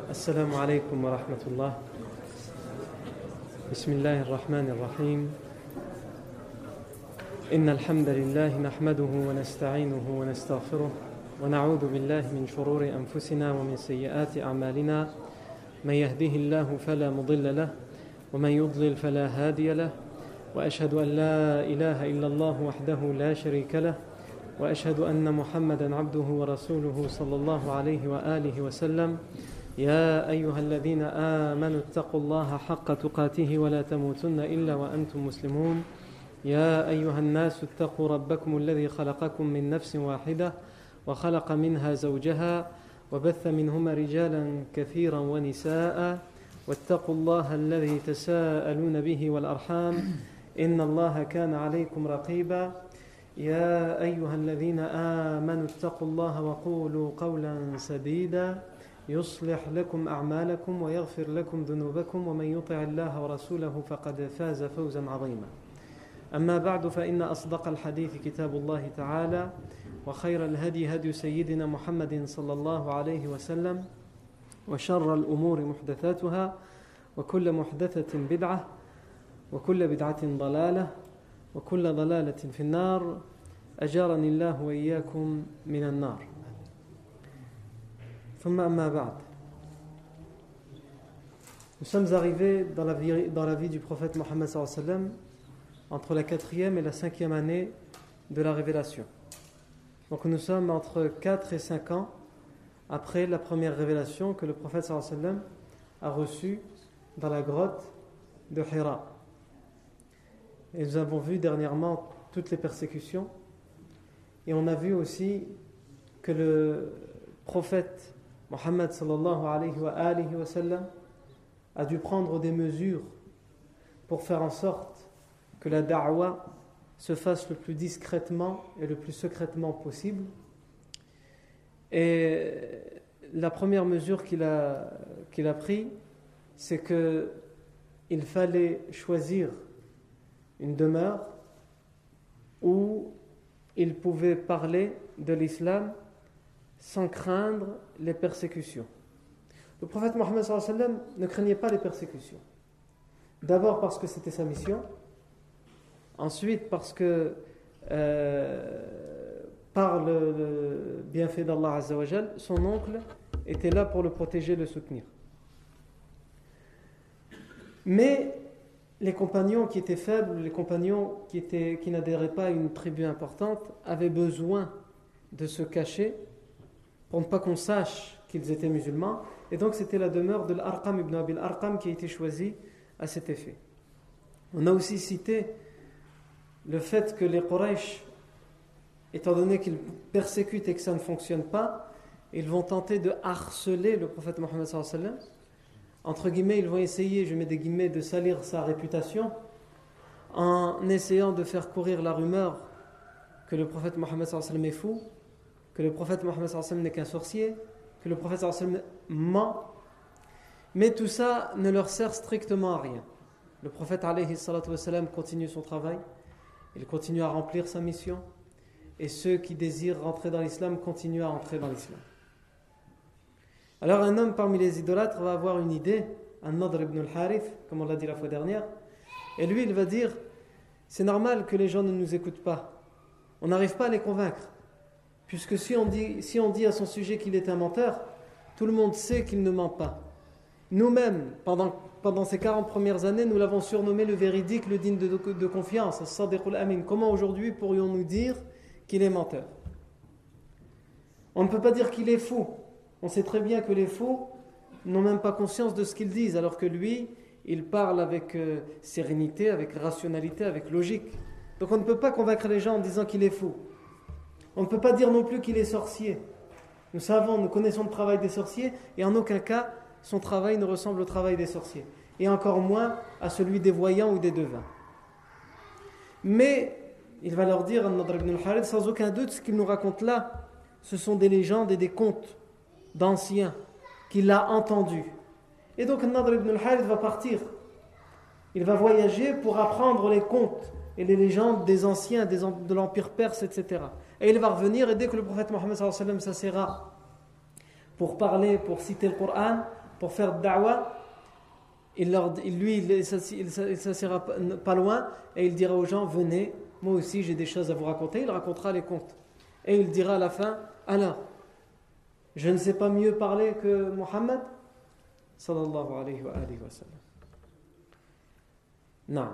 السلام عليكم ورحمة الله. بسم الله الرحمن الرحيم. إن الحمد لله نحمده ونستعينه ونستغفره ونعوذ بالله من شرور أنفسنا ومن سيئات أعمالنا. من يهده الله فلا مضل له ومن يضلل فلا هادي له، وأشهد أن لا إله إلا الله وحده لا شريك له، وأشهد أن محمدا عبده ورسوله صلى الله عليه وآله وسلم. يا أيها الذين آمنوا اتقوا الله حق تقاته ولا تموتن إلا وأنتم مسلمون. يا أيها الناس اتقوا ربكم الذي خلقكم من نفس واحدة وخلق منها زوجها وبث منهما رجالا كثيرا ونساء، واتقوا الله الذي تساءلون به والأرحام إن الله كان عليكم رقيبا. يا أيها الذين آمنوا اتقوا الله وقولوا قولا سديدا يصلح لكم أعمالكم ويغفر لكم ذنوبكم، ومن يطع الله ورسوله فقد فاز فوزا عظيما. أما بعد، فإن أصدق الحديث كتاب الله تعالى، وخير الهدي هدي سيدنا محمد صلى الله عليه وسلم، وشر الأمور محدثاتها، وكل محدثة بدعة، وكل بدعة ضلالة، وكل ضلالة في النار. أجارني الله وإياكم من النار. ثم أما بعد. Nous sommes arrivés dans la vie du prophète Mohammed sallallahu alayhi wa sallam entre la 4e et la 5e année de la révélation. Donc nous sommes entre 4 et 5 ans après la première révélation que le prophète sallallahu alayhi wa sallam a reçue dans la grotte de Hira. Et nous avons vu dernièrement toutes les persécutions, et on a vu aussi que le prophète Mohammed sallallahu alayhi wa sallam a dû prendre des mesures pour faire en sorte que la da'wa se fasse le plus discrètement et le plus secrètement possible. Et la première mesure qu'il a prise, c'est qu'il fallait choisir une demeure où il pouvait parler de l'islam sans craindre les persécutions. Le prophète Mohammed sallallahu alayhi wa sallam ne craignait pas les persécutions. D'abord parce que c'était sa mission. Ensuite parce que par le bienfait d'Allah Azza wa Jal, son oncle était là pour le protéger et le soutenir. Mais les compagnons qui étaient faibles, les compagnons qui n'adhéraient pas à une tribu importante, avaient besoin de se cacher pour ne pas qu'on sache qu'ils étaient musulmans. Et donc c'était la demeure de l'Arqam ibn Abil Arqam qui a été choisie à cet effet. On a aussi cité le fait que les Quraysh, étant donné qu'ils persécutent et que ça ne fonctionne pas, ils vont tenter de harceler le prophète Mohammed sallallahu alayhi wa sallam. Entre guillemets, ils vont essayer, je mets des guillemets, de salir sa réputation en essayant de faire courir la rumeur que le prophète Mohammed sallallahu alayhi wa sallam est fou, que le prophète Mohammed sallallahu alayhi wa sallam n'est qu'un sorcier, que le prophète sallallahu alayhi wa sallam ment. Mais tout ça ne leur sert strictement à rien. Le prophète alayhi salatu wa sallam continue son travail, il continue à remplir sa mission, et ceux qui désirent rentrer dans l'islam continuent à entrer dans l'islam. Alors un homme parmi les idolâtres va avoir une idée, un Nadr ibn al-Harith, comme on l'a dit la fois dernière, et lui il va dire, c'est normal que les gens ne nous écoutent pas, on n'arrive pas à les convaincre, puisque si on dit à son sujet qu'il est un menteur, tout le monde sait qu'il ne ment pas. Nous-mêmes, pendant ces 40 premières années, nous l'avons surnommé le véridique, le digne de confiance, as-sadiqul amin. Comment aujourd'hui pourrions-nous dire qu'il est menteur? On ne peut pas dire qu'il est fou. On sait très bien que les faux n'ont même pas conscience de ce qu'ils disent, alors que lui, il parle avec sérénité, avec rationalité, avec logique. Donc on ne peut pas convaincre les gens en disant qu'il est fou. On ne peut pas dire non plus qu'il est sorcier. Nous connaissons le travail des sorciers, et en aucun cas, son travail ne ressemble au travail des sorciers. Et encore moins à celui des voyants ou des devins. Mais, il va leur dire, An-Nadr ibn al-Harith, sans aucun doute, ce qu'il nous raconte là, ce sont des légendes et des contes d'anciens qu'il a entendus. Et donc Nadr ibn al-Harith va partir. Il va voyager pour apprendre les contes et les légendes des anciens, de l'Empire perse, etc. Et il va revenir, et dès que le prophète Mohammed sallallahu alayhi wa sallam s'assera pour parler, pour citer le Coran, pour faire da'wah, il s'assiera pas loin et il dira aux gens, venez, moi aussi j'ai des choses à vous raconter. Il racontera les contes. Et il dira à la fin, alors, je ne sais pas mieux parler que Muhammad sallallahu alayhi wa sallam. Non.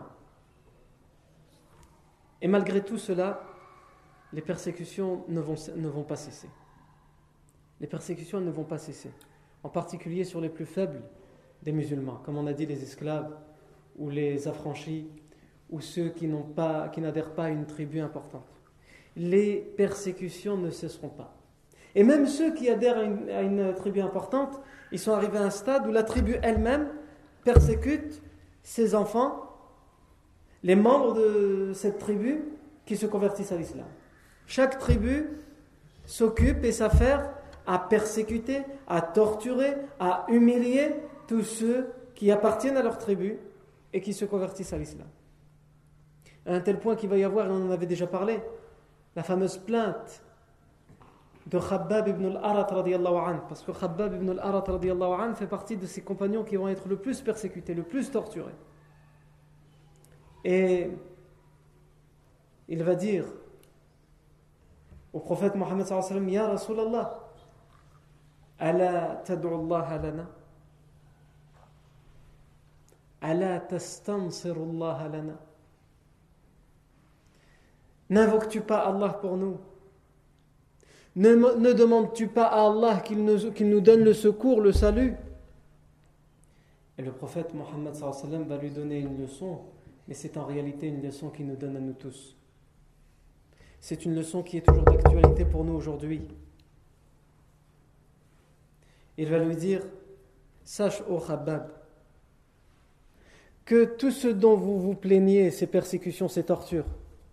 Et malgré tout cela, les persécutions ne vont pas cesser. Les persécutions ne vont pas cesser. En particulier sur les plus faibles des musulmans, comme on a dit les esclaves, ou les affranchis, ou ceux qui n'adhèrent pas à une tribu importante. Les persécutions ne cesseront pas. Et même ceux qui adhèrent à une tribu importante, ils sont arrivés à un stade où la tribu elle-même persécute ses enfants, les membres de cette tribu qui se convertissent à l'islam. Chaque tribu s'occupe et s'affaire à persécuter, à torturer, à humilier tous ceux qui appartiennent à leur tribu et qui se convertissent à l'islam. À un tel point qu'il va y avoir, et on en avait déjà parlé, la fameuse plainte de Khabbab ibn al-Arat radiyallahu anhu, parce que Khabbab ibn al-Arat radiyallahu anhu fait partie de ces compagnons qui vont être le plus persécutés, le plus torturés. Et il va dire au prophète Mohammed sallallahu alayhi wa sallam, Ya Rasulallah, ala tad'u Allah lana, ala tastansiru Allah lana. N'invoques-tu pas Allah pour nous? Ne demandes-tu pas à Allah qu'il nous donne le secours, le salut? Et le prophète Mohammed sallallahu alayhi wa sallam va lui donner une leçon, mais c'est en réalité une leçon qu'il nous donne à nous tous. C'est une leçon qui est toujours d'actualité pour nous aujourd'hui. Il va lui dire, sache, ô Khabbab, que tout ce dont vous vous plaignez, ces persécutions, ces tortures,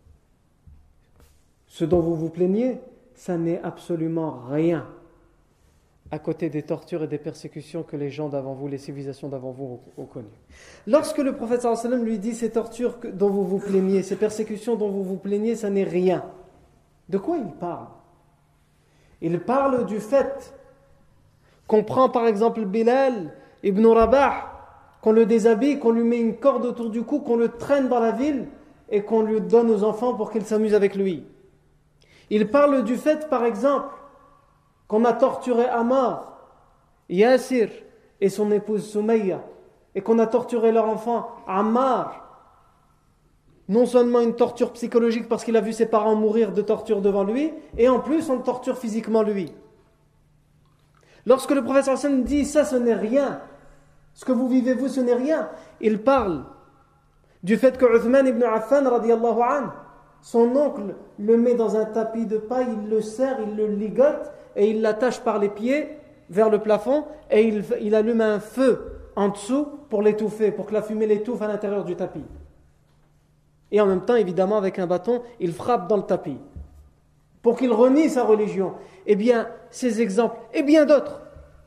ce dont vous vous plaignez, ça n'est absolument rien à côté des tortures et des persécutions que les gens d'avant vous, les civilisations d'avant vous ont connues. Lorsque le prophète sallallahu alayhi wa sallam lui dit, ces tortures dont vous vous plaignez, ces persécutions dont vous vous plaignez, ça n'est rien. De quoi il parle? Il parle du fait qu'on prend par exemple Bilal ibn Rabah, qu'on le déshabille, qu'on lui met une corde autour du cou, qu'on le traîne dans la ville et qu'on lui donne aux enfants pour qu'ils s'amusent avec lui. Il parle du fait par exemple qu'on a torturé Ammar, Yasir et son épouse Soumayya, et qu'on a torturé leur enfant Ammar. Non seulement une torture psychologique parce qu'il a vu ses parents mourir de torture devant lui, et en plus on le torture physiquement lui. Lorsque le prophète sallallahu alayhi wa sallam dit ça, ce n'est rien, ce que vous vivez vous, ce n'est rien, il parle du fait que Uthman ibn Affan radiyallahu anhu, son oncle le met dans un tapis de paille, il le serre, il le ligote et il l'attache par les pieds vers le plafond et il allume un feu en dessous pour l'étouffer, pour que la fumée l'étouffe à l'intérieur du tapis. Et en même temps, évidemment, avec un bâton, il frappe dans le tapis pour qu'il renie sa religion. Eh bien, ces exemples, et bien d'autres.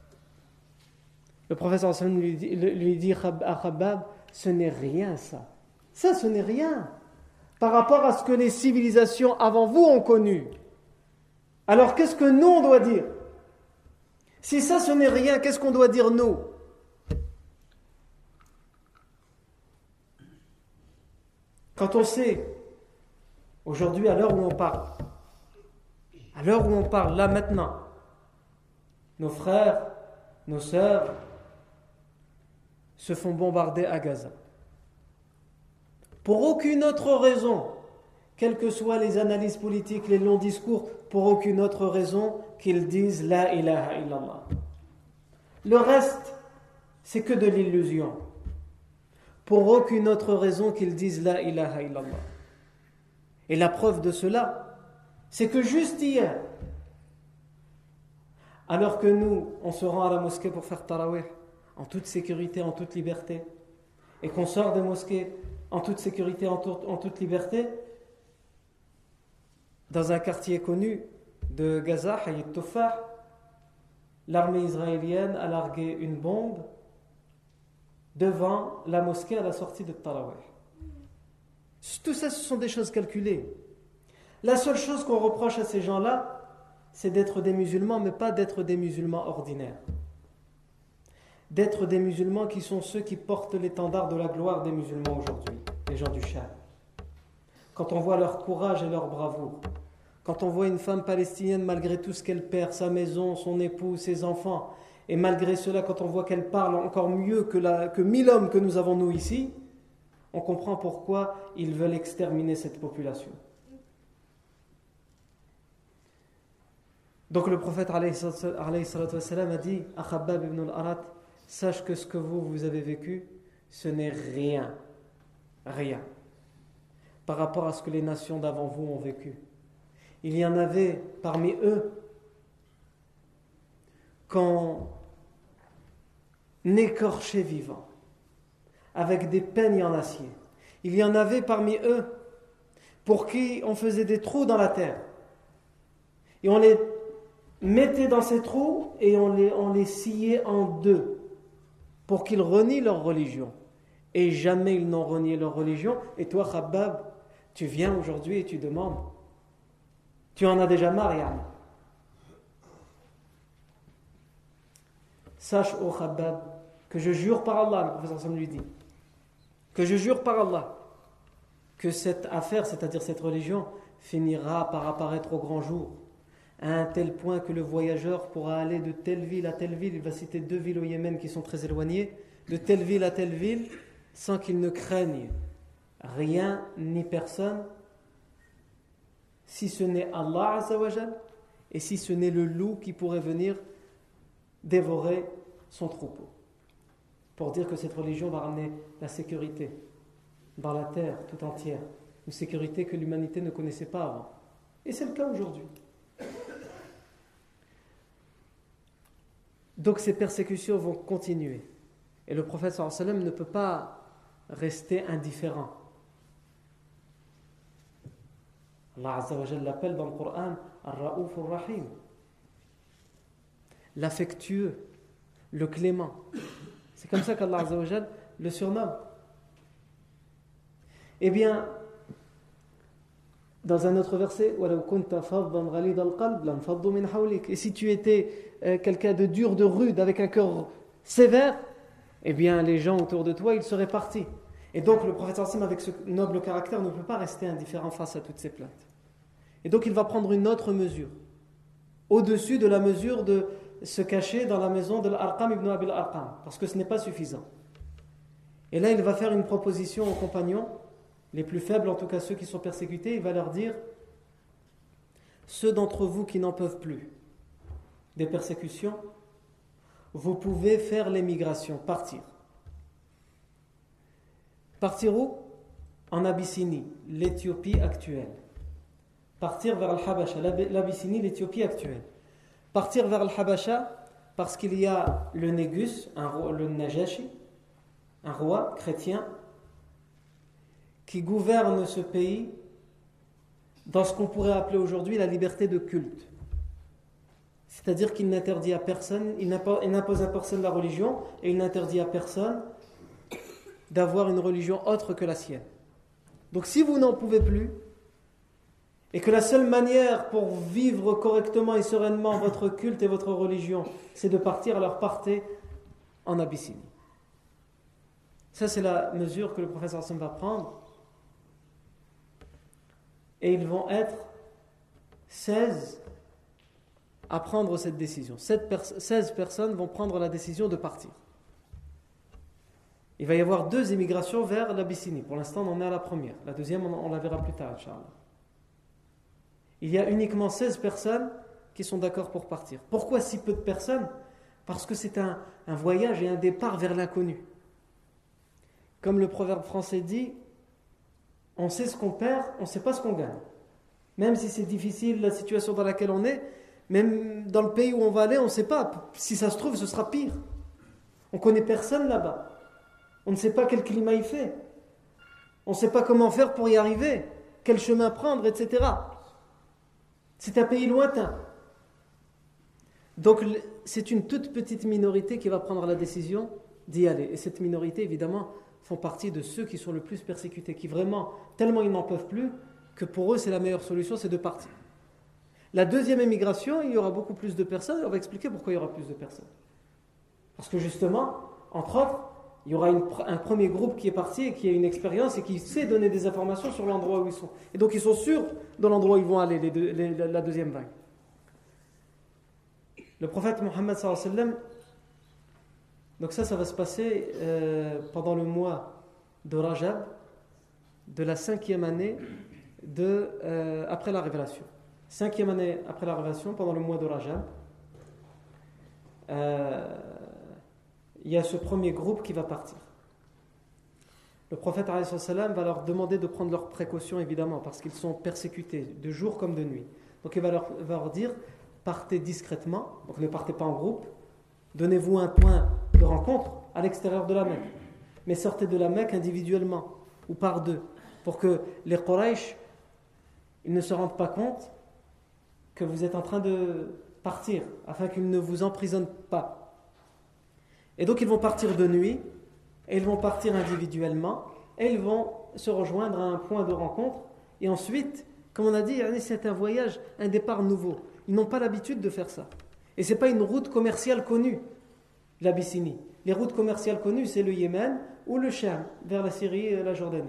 Le prophète sallallahu alayhi wa sallam lui dit à Khabbab, ce n'est rien ça. Ça, ce n'est rien par rapport à ce que les civilisations avant vous ont connu. Alors, qu'est-ce que nous, on doit dire? Si ça, ce n'est rien, qu'est-ce qu'on doit dire nous? Quand on sait, aujourd'hui, à l'heure où on parle, là maintenant, nos frères, nos sœurs se font bombarder à Gaza. Pour aucune autre raison, quelles que soient les analyses politiques, les longs discours, pour aucune autre raison qu'ils disent La ilaha illallah. Le reste, c'est que de l'illusion. Pour aucune autre raison qu'ils disent La ilaha illallah. Et la preuve de cela, c'est que juste hier, alors que nous, on se rend à la mosquée pour faire tarawih, en toute sécurité, en toute liberté, et qu'on sort des mosquées en toute sécurité, en toute liberté, dans un quartier connu de Gaza, Hayat Tufah, l'armée israélienne a largué une bombe devant la mosquée à la sortie de Tarawih. Tout ça, ce sont des choses calculées. La seule chose qu'on reproche à ces gens-là, c'est d'être des musulmans, mais pas d'être des musulmans ordinaires. d'être des musulmans qui sont ceux qui portent l'étendard de la gloire des musulmans aujourd'hui, les gens du Sham. Quand on voit leur courage et leur bravoure, quand on voit une femme palestinienne malgré tout ce qu'elle perd, sa maison, son époux, ses enfants, et malgré cela, quand on voit qu'elle parle encore mieux que 1000 hommes que nous avons nous ici, on comprend pourquoi ils veulent exterminer cette population. Donc le prophète alayhi salatu wassalam a dit à Khabbab ibn al-Arat, sache que ce que vous avez vécu, ce n'est rien par rapport à ce que les nations d'avant vous ont vécu. Il y en avait parmi eux qu'on écorchait vivant avec des peignes en acier. Il y en avait parmi eux pour qui on faisait des trous dans la terre et on les mettait dans ces trous et on les sciait en deux pour qu'ils renient leur religion. Et jamais ils n'ont renié leur religion. Et toi, Khabbab, tu viens aujourd'hui et tu demandes. Tu en as déjà marre, Yann. Sache, ô Khabbab, que je jure par Allah, le professeur Sam lui dit, que je jure par Allah, que cette affaire, c'est-à-dire cette religion, finira par apparaître au grand jour, à un tel point que le voyageur pourra aller de telle ville à telle ville, il va citer 2 villes au Yémen qui sont très éloignées, de telle ville à telle ville, sans qu'il ne craigne rien ni personne, si ce n'est Allah Azza wa Jal, et si ce n'est le loup qui pourrait venir dévorer son troupeau. Pour dire que cette religion va ramener la sécurité dans la terre tout entière, une sécurité que l'humanité ne connaissait pas avant. Et c'est le cas aujourd'hui. Donc ces persécutions vont continuer. Et le prophète sallallahu alayhi wa sallam ne peut pas rester indifférent. Allah Azza wa Jalla l'appelle dans le Coran Ar-Ra'ouf Ar-Rahim, l'affectueux, le clément. C'est comme ça qu'Allah Azza wa Jalla le surnomme. Eh bien, dans un autre verset, et si tu étais quelqu'un de dur, de rude, avec un cœur sévère, eh bien les gens autour de toi, ils seraient partis. Et donc le prophète sallallahu alayhi wa sallam, avec ce noble caractère, ne peut pas rester indifférent face à toutes ces plaintes. Et donc il va prendre une autre mesure, au-dessus de la mesure de se cacher dans la maison de l'Arqam ibn Abil Arqam, parce que ce n'est pas suffisant. Et là il va faire une proposition aux compagnons, les plus faibles, en tout cas ceux qui sont persécutés, il va leur dire, ceux d'entre vous qui n'en peuvent plus des persécutions, vous pouvez faire l'émigration, partir. Partir où? En Abyssinie, l'Éthiopie actuelle. Partir vers Al-Habasha, l'Abyssinie, l'Éthiopie actuelle. Partir vers Al-Habasha parce qu'il y a le Négus, le Najashi, un roi chrétien, qui gouverne ce pays dans ce qu'on pourrait appeler aujourd'hui la liberté de culte. C'est-à-dire qu'il n'interdit à personne, il n'impose à personne la religion, et il n'interdit à personne d'avoir une religion autre que la sienne. Donc si vous n'en pouvez plus, et que la seule manière pour vivre correctement et sereinement votre culte et votre religion, c'est de partir, alors partez en Abyssinie. Ça, c'est la mesure que le prophète sallallahu alayhi wa sallam va prendre. Et ils vont être 16 à prendre cette décision. 16 personnes vont prendre la décision de partir. Il va y avoir 2 émigrations vers l'Abyssinie. Pour l'instant, on en est à la première. La deuxième, on la verra plus tard, Inch'Allah. Il y a uniquement 16 personnes qui sont d'accord pour partir. Pourquoi si peu de personnes? Parce que c'est un voyage et un départ vers l'inconnu. Comme le proverbe français dit, on sait ce qu'on perd, on ne sait pas ce qu'on gagne. Même si c'est difficile la situation dans laquelle on est, même dans le pays où on va aller, on ne sait pas. Si ça se trouve, ce sera pire. On ne connaît personne là-bas. On ne sait pas quel climat il fait. On ne sait pas comment faire pour y arriver, quel chemin prendre, etc. C'est un pays lointain. Donc c'est une toute petite minorité qui va prendre la décision d'y aller. Et cette minorité, évidemment, font partie de ceux qui sont le plus persécutés, qui vraiment, tellement ils n'en peuvent plus, que pour eux, c'est la meilleure solution, c'est de partir. La deuxième émigration, il y aura beaucoup plus de personnes, et on va expliquer pourquoi il y aura plus de personnes. Parce que justement, entre autres, il y aura un premier groupe qui est parti et qui a une expérience et qui sait donner des informations sur l'endroit où ils sont. Et donc ils sont sûrs de l'endroit où ils vont aller, la deuxième vague. Le prophète Mohammed sallallahu alayhi wa sallam, donc ça va se passer pendant le mois de Rajab, de la 5e année après la révélation. 5e année après la révélation, pendant le mois de Rajab, il y a ce premier groupe qui va partir. Le prophète alayhi salam va leur demander de prendre leurs précautions, évidemment, parce qu'ils sont persécutés de jour comme de nuit. Donc il va leur dire, partez discrètement, donc ne partez pas en groupe, donnez-vous un point de rencontre à l'extérieur de la Mecque, mais sortez de la Mecque individuellement ou par deux, pour que les Quraysh ils ne se rendent pas compte que vous êtes en train de partir, afin qu'ils ne vous emprisonnent pas. Et donc ils vont partir de nuit, et ils vont partir individuellement, et ils vont se rejoindre à un point de rencontre, et ensuite, comme on a dit, c'est un voyage, un départ nouveau. Ils n'ont pas l'habitude de faire ça. Et ce n'est pas une route commerciale connue, l'Abyssinie. Les routes commerciales connues, c'est le Yémen ou le Cham, vers la Syrie et la Jordanie.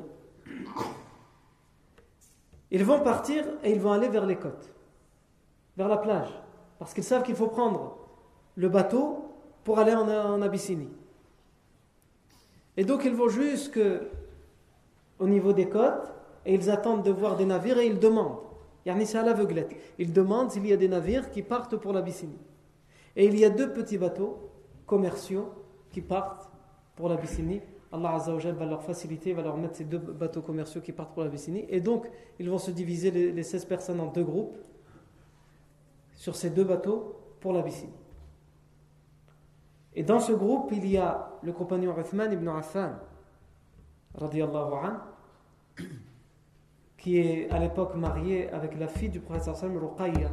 Ils vont partir et ils vont aller vers les côtes, vers la plage, parce qu'ils savent qu'il faut prendre le bateau pour aller en Abyssinie. Et donc ils vont jusqu'au niveau des côtes et ils attendent de voir des navires et ils demandent. C'est à l'aveuglette. Ils demandent s'il y a des navires qui partent pour l'Abyssinie. Et il y a 2 petits bateaux commerciaux qui partent pour l'Abyssinie. Allah Azza wa Jalla va leur faciliter, va leur mettre ces 2 bateaux commerciaux qui partent pour l'Abyssinie. Et donc, ils vont se diviser les 16 personnes en 2 groupes sur ces 2 bateaux pour l'Abyssinie. Et dans ce groupe, il y a le compagnon Uthman ibn Affan, radiyallahu anhu, qui est à l'époque marié avec la fille du prophète sallam, Ruqayya.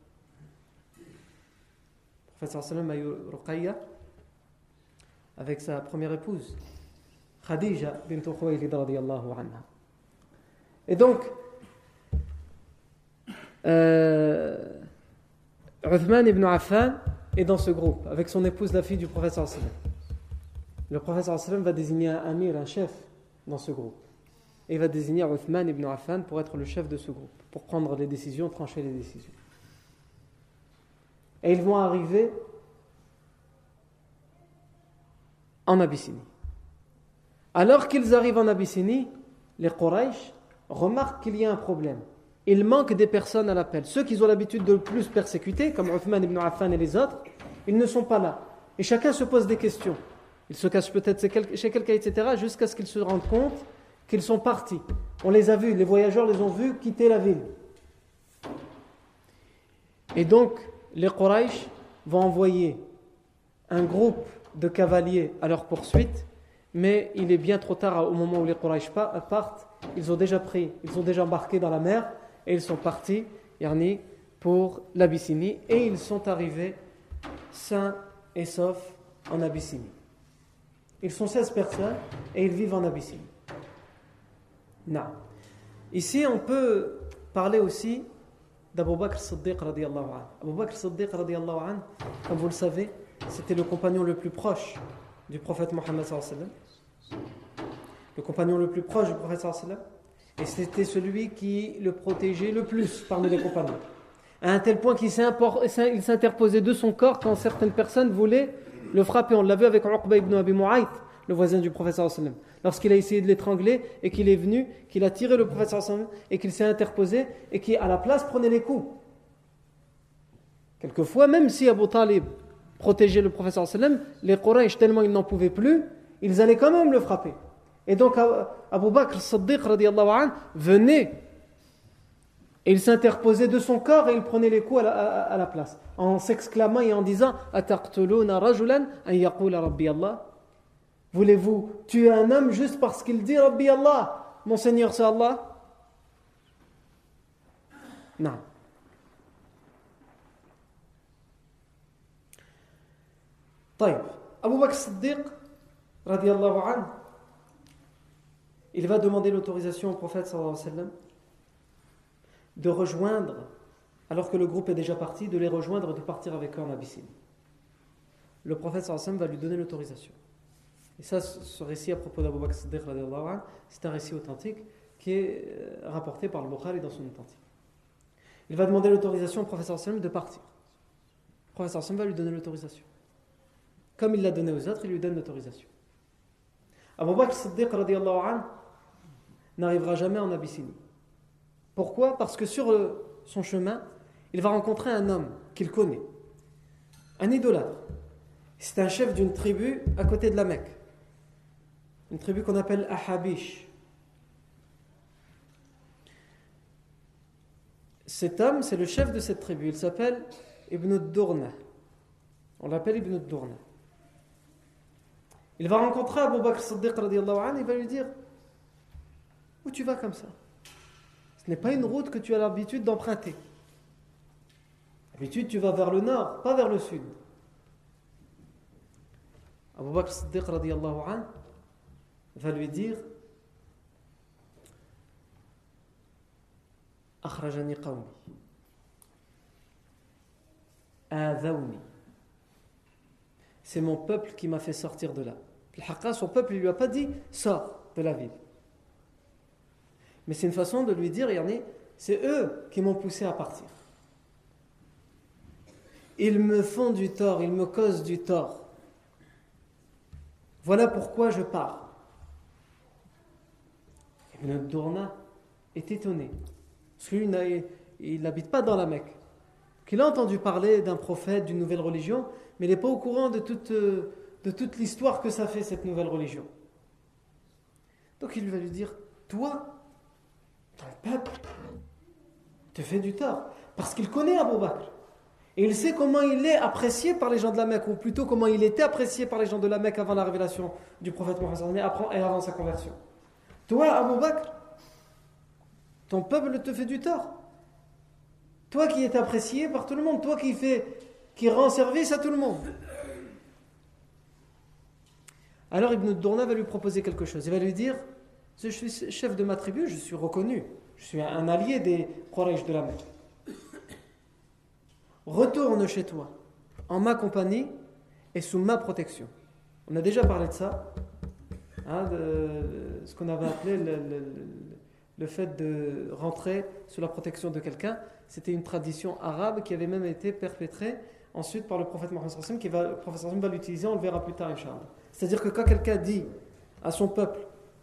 Le prophète sallam a eu Ruqayya avec sa première épouse, Khadija bint Khuwaylid radiyallahu anha. Et donc, Uthman ibn Affan est dans ce groupe avec son épouse, la fille du prophète sallallahu alayhi wa sallam. Le prophète sallallahu alayhi wa sallam va désigner un amir, un chef dans ce groupe. Et il va désigner Uthman ibn Affan pour être le chef de ce groupe, pour prendre les décisions, trancher les décisions. Et ils vont arriver en Abyssinie. Alors qu'ils arrivent en Abyssinie, les Quraysh remarquent qu'il y a un problème. Il manque des personnes à l'appel. Ceux qui ont l'habitude de le plus persécuter, comme Uthman ibn Affan et les autres, ils ne sont pas là. Et chacun se pose des questions. Ils se cachent peut-être chez quelqu'un, etc., jusqu'à ce qu'ils se rendent compte qu'ils sont partis. On les a vus, les voyageurs les ont vus quitter la ville. Et donc, les Quraysh vont envoyer un groupe de cavaliers à leur poursuite, mais il est bien trop tard au moment où les Quraysh partent. Ils ont déjà embarqué dans la mer et ils sont partis pour l'Abyssinie et ils sont arrivés sains et saufs en Abyssinie. Ils sont 16 personnes et ils vivent en Abyssinie. Non. Ici, on peut parler aussi d'Abu Bakr Siddiq radiyallahu anhu. Abu Bakr Siddiq radiyallahu anhu, comme vous le savez, c'était le compagnon le plus proche du prophète Mohammed sallallahu alayhi wa sallam. Le compagnon le plus proche du prophète sallallahu alayhi wa sallam. Et c'était celui qui le protégeait le plus parmi les compagnons. À un tel point qu'il s'interposait de son corps quand certaines personnes voulaient le frapper. On l'a vu avec Uqba ibn Abi Mu'ayt, le voisin du prophète sallallahu alayhi wa sallam. Lorsqu'il a essayé de l'étrangler et qu'il est venu, qu'il a tiré le prophète sallallahu alayhi wa sallam et qu'il s'est interposé et qui à la place prenait les coups. Quelquefois, même si Abu Talib protégeait le prophète sallallahu alayhi wa sallam, les Quraysh, tellement ils n'en pouvaient plus, ils allaient quand même le frapper. Et donc Abu Bakr Siddiq radiyallahu anhu venait et il s'interposait de son corps et il prenait les coups à la place en s'exclamant et en disant ataqtuluna rajulan an yaqula rabbi Allah. Voulez-vous tuer un homme juste parce qu'il dit rabbi Allah, mon Seigneur c'est Allah? Non. طيب. Abu Bakr Siddiq radiyallahu anhu, il va demander l'autorisation au prophète sallallahu alayhi wa sallam de rejoindre, alors que le groupe est déjà parti, de les rejoindre et de partir avec eux en Abyssinie. le prophète sallallahu alayhi wa sallam va lui donner l'autorisation. Et ça, ce récit à propos d'Abu Bakr as-Siddiq radiyallahu anhu, c'est un récit authentique qui est rapporté par le Bukhari dans son authentique. Il va demander l'autorisation au prophète sallallahu alayhi wa sallam de partir. Le prophète sallallahu alayhi wa sallam va lui donner l'autorisation. Comme il l'a donné aux autres, il lui donne l'autorisation. Abu Bakr as-Siddiq radiyallahu anhu n'arrivera jamais en Abyssinie. Pourquoi ? Parce que sur son chemin, il va rencontrer un homme qu'il connaît, un idolâtre. C'est un chef d'une tribu à côté de la Mecque, une tribu qu'on appelle Ahabish. Cet homme, c'est le chef de cette tribu, il s'appelle Ibn ad-Durna. On l'appelle Ibn ad-Durna. Il va rencontrer Abu Bakr as-Siddiq radiyallahu anhu, il va lui dire: où tu vas comme ça ? Ce n'est pas une route que tu as l'habitude d'emprunter. D'habitude, tu vas vers le nord, pas vers le sud. Abu Bakr as-Siddiq radiyallahu anhu va lui dire: akhrajani qawmi adhawni. C'est mon peuple qui m'a fait sortir de là. Son peuple ne lui a pas dit sors de la ville. Mais c'est une façon de lui dire, c'est eux qui m'ont poussé à partir. Ils me font du tort, ils me causent du tort. Voilà pourquoi je pars. Ibn ad-Durna est étonné. Parce que lui, il n'habite pas dans la Mecque. Donc, il a entendu parler d'un prophète, d'une nouvelle religion, mais il n'est pas au courant de toute l'histoire que ça fait, cette nouvelle religion. Donc il va lui dire: toi, ton peuple te fait du tort. Parce qu'il connaît Abu Bakr. Et il sait comment il est apprécié par les gens de la Mecque, ou plutôt comment il était apprécié par les gens de la Mecque avant la révélation du prophète Mohammed et avant sa conversion. Toi, Abu Bakr, ton peuple te fait du tort. Toi qui es apprécié par tout le monde, toi qui rend service à tout le monde. Alors Ibn Durna va lui proposer quelque chose. Il va lui dire: je suis chef de ma tribu, je suis reconnu, je suis un allié des Quraysh de la Mecque. Retourne chez toi, en ma compagnie et sous ma protection. On a déjà parlé de ça, de ce qu'on avait appelé le fait de rentrer sous la protection de quelqu'un. C'était une tradition arabe qui avait même été perpétrée ensuite par le prophète Mohammed sallallahu alayhi wa sallam, le prophète sallallahu alayhi wa sallam va l'utiliser, on le verra plus tard, Inch'Allah. C'est-à-dire que quand quelqu'un dit à son peuple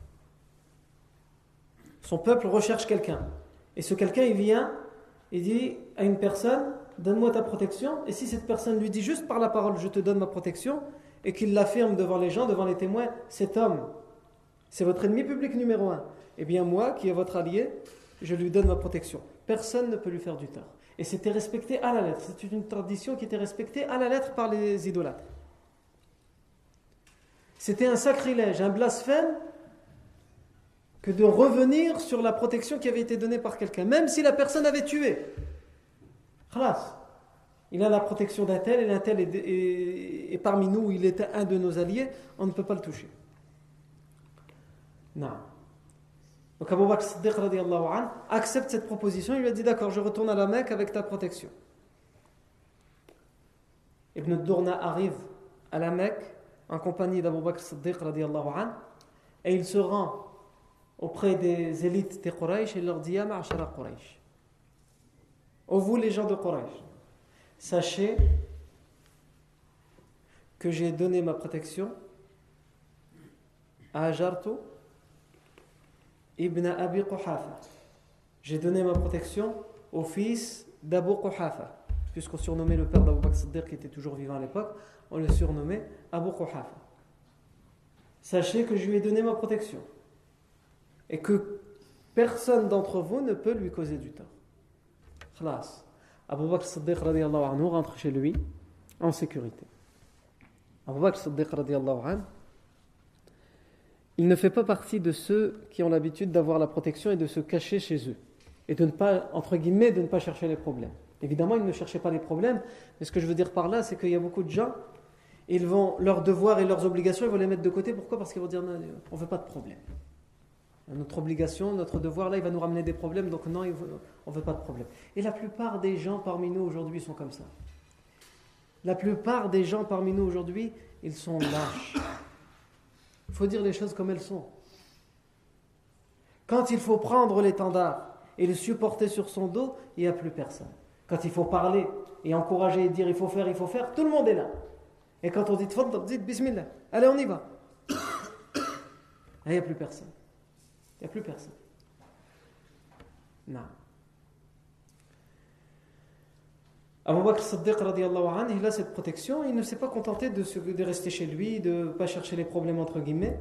recherche quelqu'un, et ce quelqu'un il vient, il dit à une personne: donne-moi ta protection, et si cette personne lui dit juste par la parole je te donne ma protection, et qu'il l'affirme devant les gens, devant les témoins, cet homme c'est votre ennemi public numéro 1, eh bien moi qui est votre allié, je lui donne ma protection. Personne ne peut lui faire du tort. Et c'était respecté à la lettre. C'est une tradition qui était respectée à la lettre par les idolâtres. C'était un sacrilège, un blasphème que de revenir sur la protection qui avait été donnée par quelqu'un, même si la personne avait tué. Khalas. Il a la protection d'un tel, et l'un tel est parmi nous, il était un de nos alliés, on ne peut pas le toucher. Non. Donc Abu Bakr Siddiq radiyallahu anhu accepte cette proposition, il lui a dit: d'accord, je retourne à la Mecque avec ta protection. Ibn Durna arrive à la Mecque en compagnie d'Abu Bakr Siddiq radiyallahu anhu, et il se rend auprès des élites des Quraysh et il leur dit: ya ma'ashara Quraysh, ô vous les gens de Quraysh, sachez que j'ai donné ma protection à Ajartu Ibn Abi Quhafa. J'ai donné ma protection au fils d'Abu Quhafa, puisqu'on surnommait le père d'Abu Bakr Siddiq qui était toujours vivant à l'époque, on le surnommait Abu Quhafa. Sachez que je lui ai donné ma protection et que personne d'entre vous ne peut lui causer du tort. Khalas. Abu Bakr Siddiq radiyallahu anhu rentre chez lui en sécurité. Abu Bakr Siddiq radiyallahu anhu, il ne fait pas partie de ceux qui ont l'habitude d'avoir la protection et de se cacher chez eux et de ne pas, entre guillemets, de ne pas chercher les problèmes. Évidemment, il ne cherchait pas les problèmes, mais ce que je veux dire par là, c'est qu'il y a beaucoup de gens, ils vont, leurs devoirs et leurs obligations, ils vont les mettre de côté. Pourquoi ? Parce qu'ils vont dire: non, on ne veut pas de problème. Notre obligation, notre devoir, là, il va nous ramener des problèmes, donc non, on ne veut pas de problème. Et la plupart des gens parmi nous aujourd'hui sont comme ça. La plupart des gens parmi nous aujourd'hui, ils sont lâches. Il faut dire les choses comme elles sont. Quand il faut prendre l'étendard et le supporter sur son dos, il n'y a plus personne. Quand il faut parler et encourager et dire il faut faire, tout le monde est là. Et quand on dit tfaddal, dites bismillah, allez on y va. Il n'y a plus personne. Il n'y a plus personne. Non. Abu Bakr Siddiq radiyallahu anhu, il a cette protection, il ne s'est pas contenté de rester chez lui, de ne pas chercher les problèmes entre guillemets.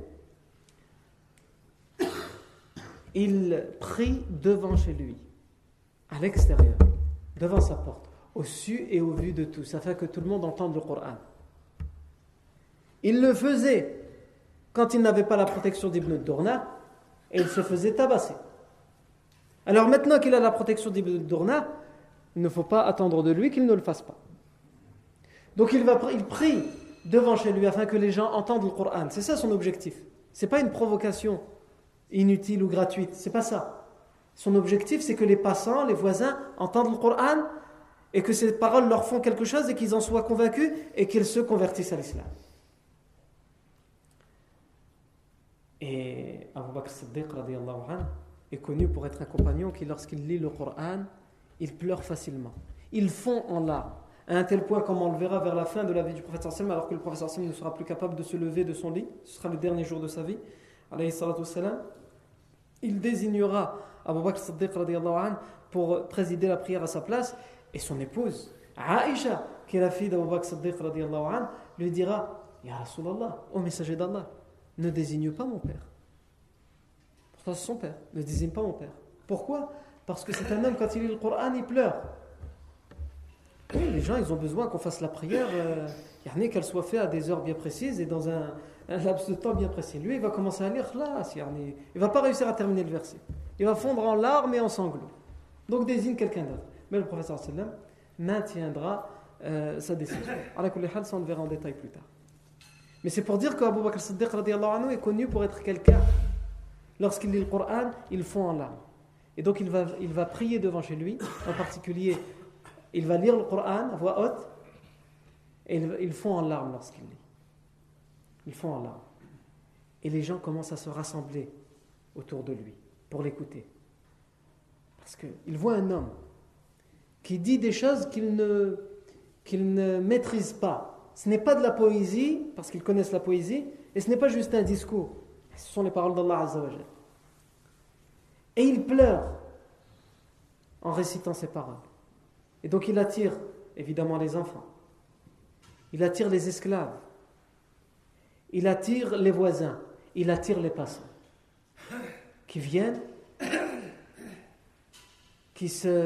Il prie devant chez lui, à l'extérieur, devant sa porte, au su et au vu de tous, afin que tout le monde entende le Coran. Il le faisait quand il n'avait pas la protection d'Ibn Dourna, et il se faisait tabasser. Alors maintenant qu'il a la protection d'Ibn Dourna, il ne faut pas attendre de lui qu'il ne le fasse pas. Donc il prie devant chez lui afin que les gens entendent le Coran. C'est ça son objectif. Ce n'est pas une provocation inutile ou gratuite. C'est pas ça. Son objectif, c'est que les passants, les voisins entendent le Coran et que ces paroles leur font quelque chose et qu'ils en soient convaincus et qu'ils se convertissent à l'islam. Et Abu Bakr Siddiq radiyallahu anhu est connu pour être un compagnon qui, lorsqu'il lit le Coran, il pleure facilement. Il fond en larmes, à un tel point, comme on le verra vers la fin de la vie du prophète sallam, alors que le prophète sallam ne sera plus capable de se lever de son lit, ce sera le dernier jour de sa vie, alayhi salatu wassalam, il désignera Abu Bakr Siddiq radiyallahu anhu pour présider la prière à sa place, et son épouse, Aïcha, qui est la fille d'Abu Bakr Siddiq radiyallahu anhu, lui dira: Ya Rasulallah, ô messager d'Allah, ne désigne pas mon père. Pourtant c'est son père, ne désigne pas mon père. Pourquoi? Parce que c'est un homme, quand il lit le Coran, il pleure. Oui, les gens, ils ont besoin qu'on fasse la prière, qu'elle soit faite à des heures bien précises et dans un laps de temps bien précis. Lui, il va commencer à lire, là, il ne va pas réussir à terminer le verset. Il va fondre en larmes et en sanglots. Donc désigne quelqu'un d'autre. Mais le prophète sallam maintiendra sa décision. Ala kulli hal, ça on le verra en détail plus tard. Mais c'est pour dire qu'Abu Bakr Siddiq radiyallahu anhu est connu pour être quelqu'un, lorsqu'il lit le Coran, il fond en larmes. Et donc il va prier devant chez lui, en particulier, il va lire le Coran à voix haute, et il fond en larmes lorsqu'il lit. Il fond en larmes. Et les gens commencent à se rassembler autour de lui pour l'écouter. Parce qu'il voit un homme qui dit des choses qu'il ne maîtrise pas. Ce n'est pas de la poésie, parce qu'ils connaissent la poésie, et ce n'est pas juste un discours. Ce sont les paroles d'Allah Azza wa Jal. Et il pleure en récitant ces paroles. Et donc il attire évidemment les enfants. Il attire les esclaves. Il attire les voisins. Il attire les passants. Qui viennent, qui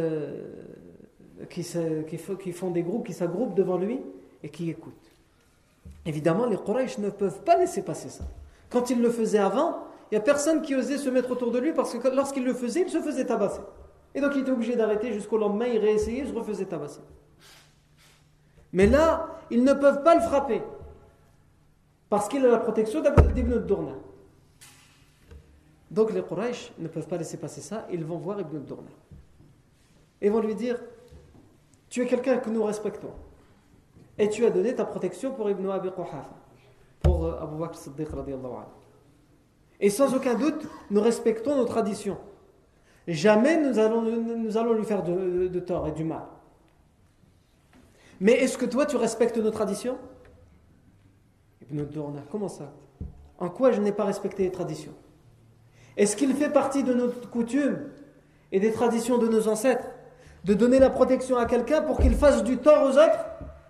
font des groupes, qui s'agroupent devant lui et qui écoutent. Évidemment, les Quraysh ne peuvent pas laisser passer ça. Quand il le faisait avant, il n'y a personne qui osait se mettre autour de lui parce que lorsqu'il le faisait, il se faisait tabasser. Et donc il était obligé d'arrêter jusqu'au lendemain, il réessayait, il se refaisait tabasser. Mais là, ils ne peuvent pas le frapper parce qu'il a la protection d'Ibn Dourna. Donc les Quraysh ne peuvent pas laisser passer ça, ils vont voir Ibn Dourna. Et vont lui dire: tu es quelqu'un que nous respectons. Et tu as donné ta protection pour Ibn Abi Quhafa, pour Abu Bakr Siddiq radiyallahu anhu. Et sans aucun doute, nous respectons nos traditions. Jamais nous allons lui faire de tort et du mal. Mais est-ce que toi, tu respectes nos traditions? Ibn Dourna, comment ça? En quoi je n'ai pas respecté les traditions? Est-ce qu'il fait partie de nos coutumes et des traditions de nos ancêtres de donner la protection à quelqu'un pour qu'il fasse du tort aux autres?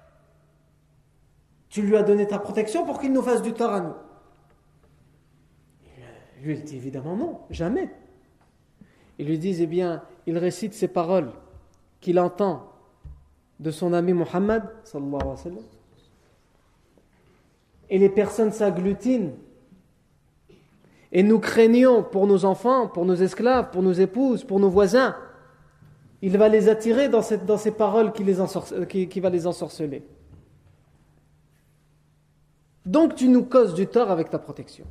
Tu lui as donné ta protection pour qu'il nous fasse du tort à nous. Lui, il dit évidemment non, jamais. Ils lui disent, eh bien, il récite ces paroles qu'il entend de son ami Muhammad, sallallahu alayhi wa sallam, et les personnes s'agglutinent, et nous craignons pour nos enfants, pour nos esclaves, pour nos épouses, pour nos voisins. Il va les attirer dans ces paroles qui va les ensorceler. Donc tu nous causes du tort avec ta protection.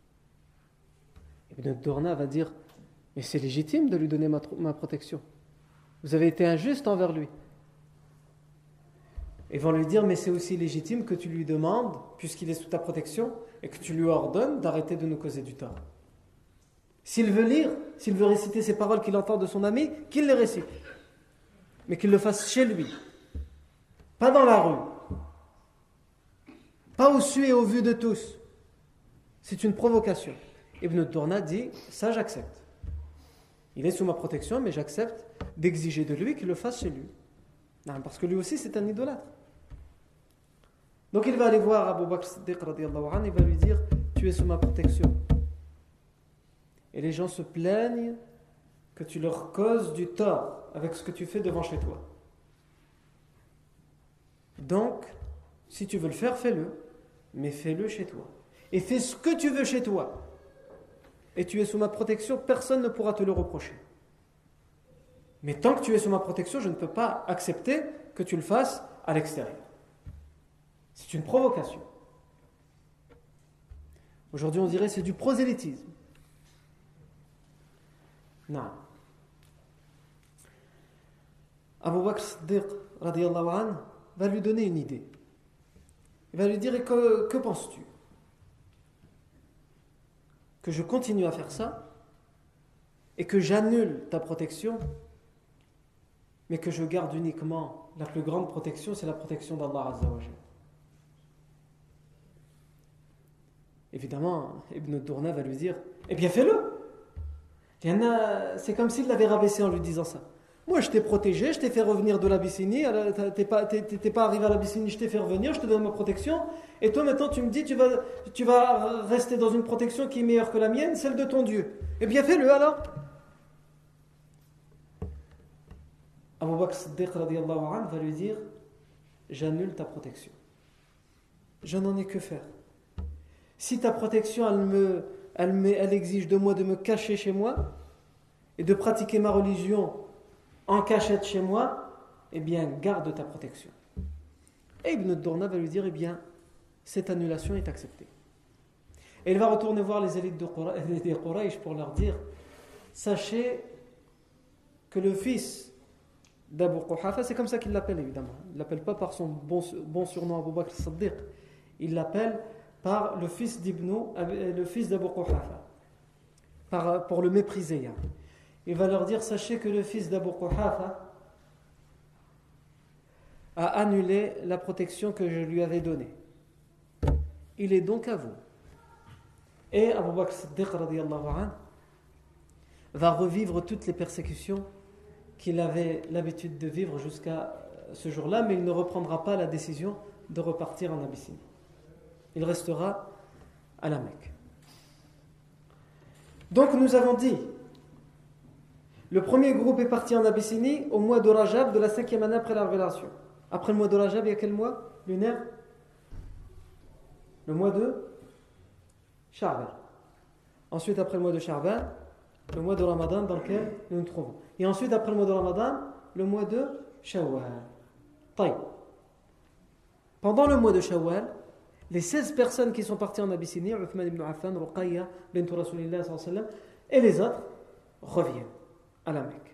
Ibn Dourna va dire: mais c'est légitime de lui donner ma protection. Vous avez été injuste envers lui. Ils vont lui dire, mais c'est aussi légitime que tu lui demandes, puisqu'il est sous ta protection, et que tu lui ordonnes d'arrêter de nous causer du tort. S'il veut lire, s'il veut réciter ces paroles qu'il entend de son ami, qu'il les récite. Mais qu'il le fasse chez lui. Pas dans la rue. Pas au su et au vu de tous. C'est une provocation. Ibn Tourna dit, ça j'accepte. Il est sous ma protection, mais j'accepte d'exiger de lui qu'il le fasse chez lui. Non, parce que lui aussi c'est un idolâtre. Donc il va aller voir Abu Bakr Siddiq radiyallahu anhu, il va lui dire, tu es sous ma protection. Et les gens se plaignent que tu leur causes du tort avec ce que tu fais devant chez toi. Donc, si tu veux le faire, fais-le, mais fais-le chez toi. Et fais ce que tu veux chez toi. Et tu es sous ma protection, personne ne pourra te le reprocher. Mais tant que tu es sous ma protection, je ne peux pas accepter que tu le fasses à l'extérieur. C'est une provocation. Aujourd'hui, on dirait que c'est du prosélytisme. Non. Abu Bakr Siddiq radiyallahu anhu va lui donner une idée. Il va lui dire, que penses-tu? Que je continue à faire ça et que j'annule ta protection, mais que je garde uniquement la plus grande protection, c'est la protection d'Allah Azza wa Jalla. Évidemment, Ibn Tourna va lui dire, eh bien fais-le. C'est comme s'il l'avait rabaissé en lui disant ça. Moi je t'ai protégé, je t'ai fait revenir de l'Abyssinie, t'es pas arrivé à l'Abyssinie, je t'ai fait revenir, je te donne ma protection, et toi maintenant tu me dis tu vas rester dans une protection qui est meilleure que la mienne, celle de ton Dieu. Eh bien fais-le alors. Abu Bakr Siddiq radiyallahu anhu va lui dire, j'annule ta protection. Je n'en ai que faire. Si ta protection elle exige de moi de me cacher chez moi et de pratiquer ma religion en cachette chez moi, eh bien garde ta protection. Et Ibn Tourna va lui dire, eh bien cette annulation est acceptée. Et il va retourner voir les élites des Quraysh pour leur dire, sachez que le fils d'Abu Quhafa, c'est comme ça qu'il l'appelle évidemment, il ne l'appelle pas par son bon surnom Abu Bakr Siddiq, il l'appelle par le fils d'Abu Quhafa, pour le mépriser. Il va leur dire, sachez que le fils d'Abu Quhafa a annulé la protection que je lui avais donnée. Il est donc à vous. Et Abu Bakr Siddiq radiyallahu anhu va revivre toutes les persécutions qu'il avait l'habitude de vivre jusqu'à ce jour-là, mais il ne reprendra pas la décision de repartir en Abyssinie. Il restera à la Mecque. Donc nous avons dit, le premier groupe est parti en Abyssinie au mois de Rajab de la 5e année après la révélation. Après le mois de Rajab, il y a quel mois lunaire? Le mois de Sha'ban. Ensuite, après le mois de Sha'ban, le mois de Ramadan dans lequel nous nous trouvons. Et ensuite, après le mois de Ramadan, le mois de Shawwal. Taïb. Pendant le mois de Shawwal, les 16 personnes qui sont parties en Abyssinie, Uthman ibn Affan, Ruqayya, bint Rasulillah sallallahu alayhi wa sallam, et les autres reviennent à la Mecque.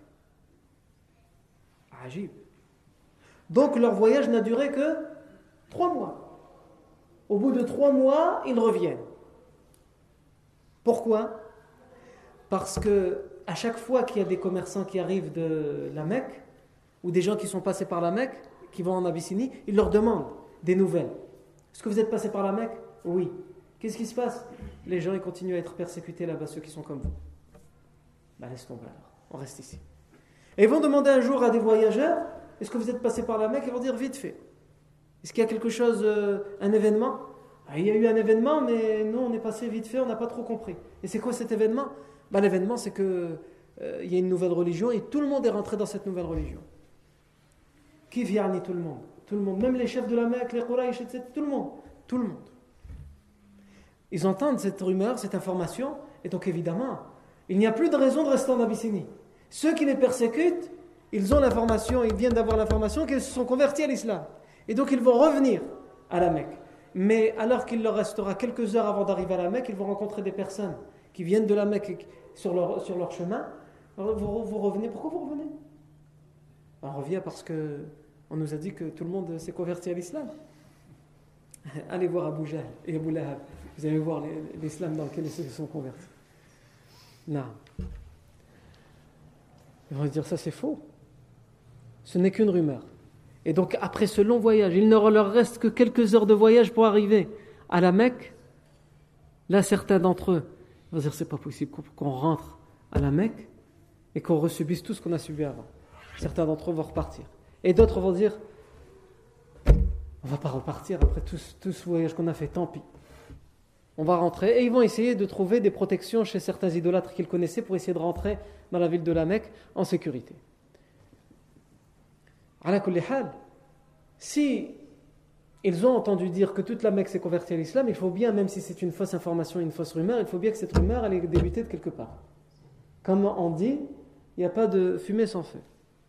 Ajib. Donc leur voyage n'a duré que 3 mois. Au bout de 3 mois, ils reviennent. Pourquoi? Parce que à chaque fois qu'il y a des commerçants qui arrivent de la Mecque, ou des gens qui sont passés par la Mecque, qui vont en Abyssinie, ils leur demandent des nouvelles. Est-ce que vous êtes passé par la Mecque? Oui. Qu'est-ce qui se passe? Les gens ils continuent à être persécutés là-bas, ceux qui sont comme vous. Ben laisse tomber alors, on reste ici. Et ils vont demander un jour à des voyageurs, est-ce que vous êtes passé par la Mecque? Ils vont dire vite fait. Est-ce qu'il y a quelque chose, un événement? Il y a eu un événement, mais nous on est passé vite fait, on n'a pas trop compris. Et c'est quoi cet événement? L'événement c'est que il y a une nouvelle religion et tout le monde est rentré dans cette nouvelle religion. Qui vient tout le monde? Tout le monde, même les chefs de la Mecque, les Quraysh, etc. Tout le monde. Ils entendent cette rumeur, cette information, et donc évidemment, il n'y a plus de raison de rester en Abyssinie. Ceux qui les persécutent, ils ont l'information, ils viennent d'avoir l'information qu'ils se sont convertis à l'islam. Et donc ils vont revenir à la Mecque. Mais alors qu'il leur restera quelques heures avant d'arriver à la Mecque, ils vont rencontrer des personnes qui viennent de la Mecque sur leur chemin. Alors, vous revenez, pourquoi vous revenez? On revient parce que On nous a dit que tout le monde s'est converti à l'islam. Allez voir Abu Jahl et Abu Lahab. Vous allez voir l'islam dans lequel ils se sont convertis. Non. Ils vont dire ça, c'est faux. Ce n'est qu'une rumeur. Et donc, après ce long voyage, il ne leur reste que quelques heures de voyage pour arriver à la Mecque. Là, certains d'entre eux vont dire c'est pas possible qu'on rentre à la Mecque et qu'on resubisse tout ce qu'on a subi avant. Certains d'entre eux vont repartir. Et d'autres vont dire on va pas repartir après tout ce voyage qu'on a fait, tant pis. On va rentrer et ils vont essayer de trouver des protections chez certains idolâtres qu'ils connaissaient pour essayer de rentrer dans la ville de la Mecque en sécurité. Ala kulli hal, si ils ont entendu dire que toute la Mecque s'est convertie à l'islam, il faut bien, même si c'est une fausse information, une fausse rumeur, il faut bien que cette rumeur elle ait débuté de quelque part. Comme on dit, il n'y a pas de fumée sans feu.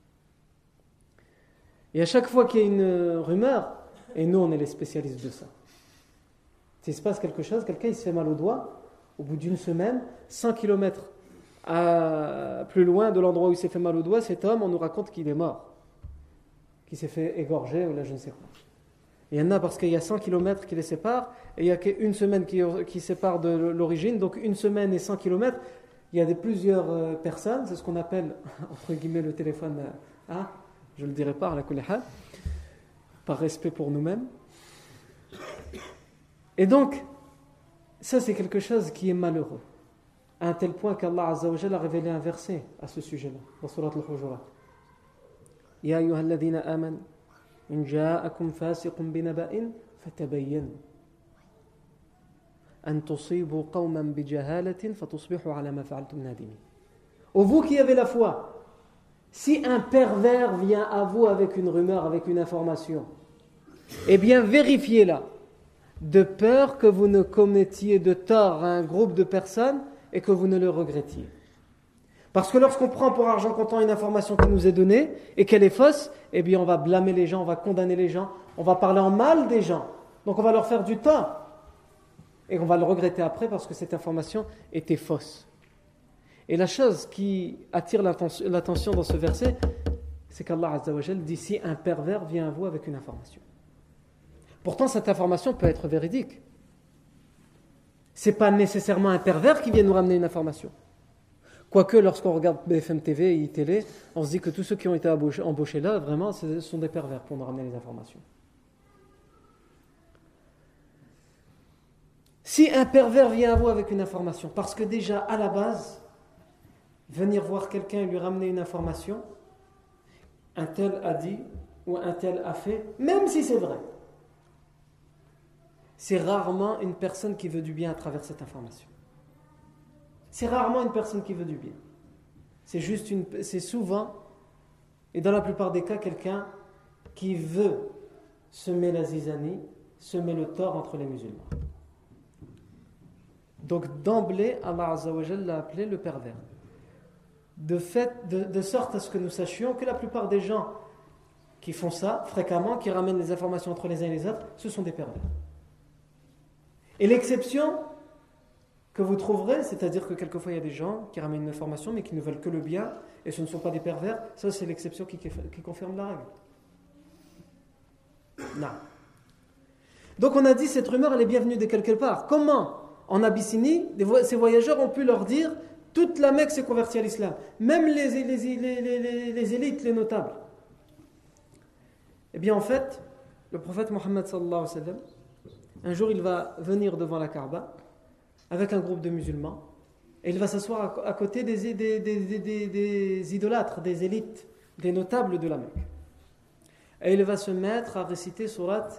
Et à chaque fois qu'il y a une rumeur, et nous on est les spécialistes de ça, s'il se passe quelque chose, quelqu'un il se fait mal au doigt, au bout d'une semaine, 100 km plus loin de l'endroit où il s'est fait mal au doigt, cet homme, on nous raconte qu'il est mort, qu'il s'est fait égorger ou là je ne sais quoi. Il y en a parce qu'il y a 100 km qui les séparent, et il y a qu'une semaine qui sépare de l'origine, donc une semaine et 100 km, il y a plusieurs personnes, c'est ce qu'on appelle, entre guillemets, le téléphone A, je ne le dirai pas, par respect pour nous-mêmes. Et donc, ça c'est quelque chose qui est malheureux, à un tel point qu'Allah Azza wa Jalla a révélé un verset à ce sujet-là, dans Surat Al-Hujurat. Ya ayyuha alladhina amanu, in ja'akum fasiqun binaba'in fatabayyanu an tusibu qawman bijahalatin fatusbihu ala ma fa'altum nadimin. Ô vous qui avez la foi, si un pervers vient à vous avec une rumeur, avec une information, eh bien vérifiez-la, de peur que vous ne commettiez de tort à un groupe de personnes et que vous ne le regrettiez. Parce que lorsqu'on prend pour argent comptant une information qui nous est donnée et qu'elle est fausse, eh bien on va blâmer les gens, on va condamner les gens, on va parler en mal des gens. Donc on va leur faire du tort. Et on va le regretter après parce que cette information était fausse. Et la chose qui attire l'attention dans ce verset, c'est qu'Allah Azza wa Jal dit si un pervers vient à vous avec une information. Pourtant, cette information peut être véridique. Ce n'est pas nécessairement un pervers qui vient nous ramener une information. Quoique, lorsqu'on regarde BFM TV et iTélé, on se dit que tous ceux qui ont été embauchés là, vraiment, ce sont des pervers pour nous ramener les informations. Si un pervers vient à vous avec une information, parce que déjà, à la base, venir voir quelqu'un et lui ramener une information, un tel a dit ou un tel a fait, même si c'est vrai, c'est rarement une personne qui veut du bien à travers cette information. C'est rarement une personne qui veut du bien. C'est souvent, et dans la plupart des cas, quelqu'un qui veut semer la zizanie, semer le tort entre les musulmans. Donc d'emblée, Allah Azza wa Jalla l'a appelé le pervers. De sorte à ce que nous sachions que la plupart des gens qui font ça fréquemment, qui ramènent les informations entre les uns et les autres, ce sont des pervers. Et l'exception que vous trouverez, c'est-à-dire que quelquefois il y a des gens qui ramènent une information mais qui ne veulent que le bien et ce ne sont pas des pervers, ça c'est l'exception qui confirme la règle. Non. Donc on a dit cette rumeur elle est bienvenue de quelque part. Comment en Abyssinie, ces voyageurs ont pu leur dire toute la Mecque s'est convertie à l'islam, même les élites, les notables. Eh bien en fait, le prophète Mohammed sallallahu alayhi wa sallam, un jour, il va venir devant la Kaaba avec un groupe de musulmans et il va s'asseoir à côté des idolâtres, des élites, des notables de la Mecque. Et il va se mettre à réciter surat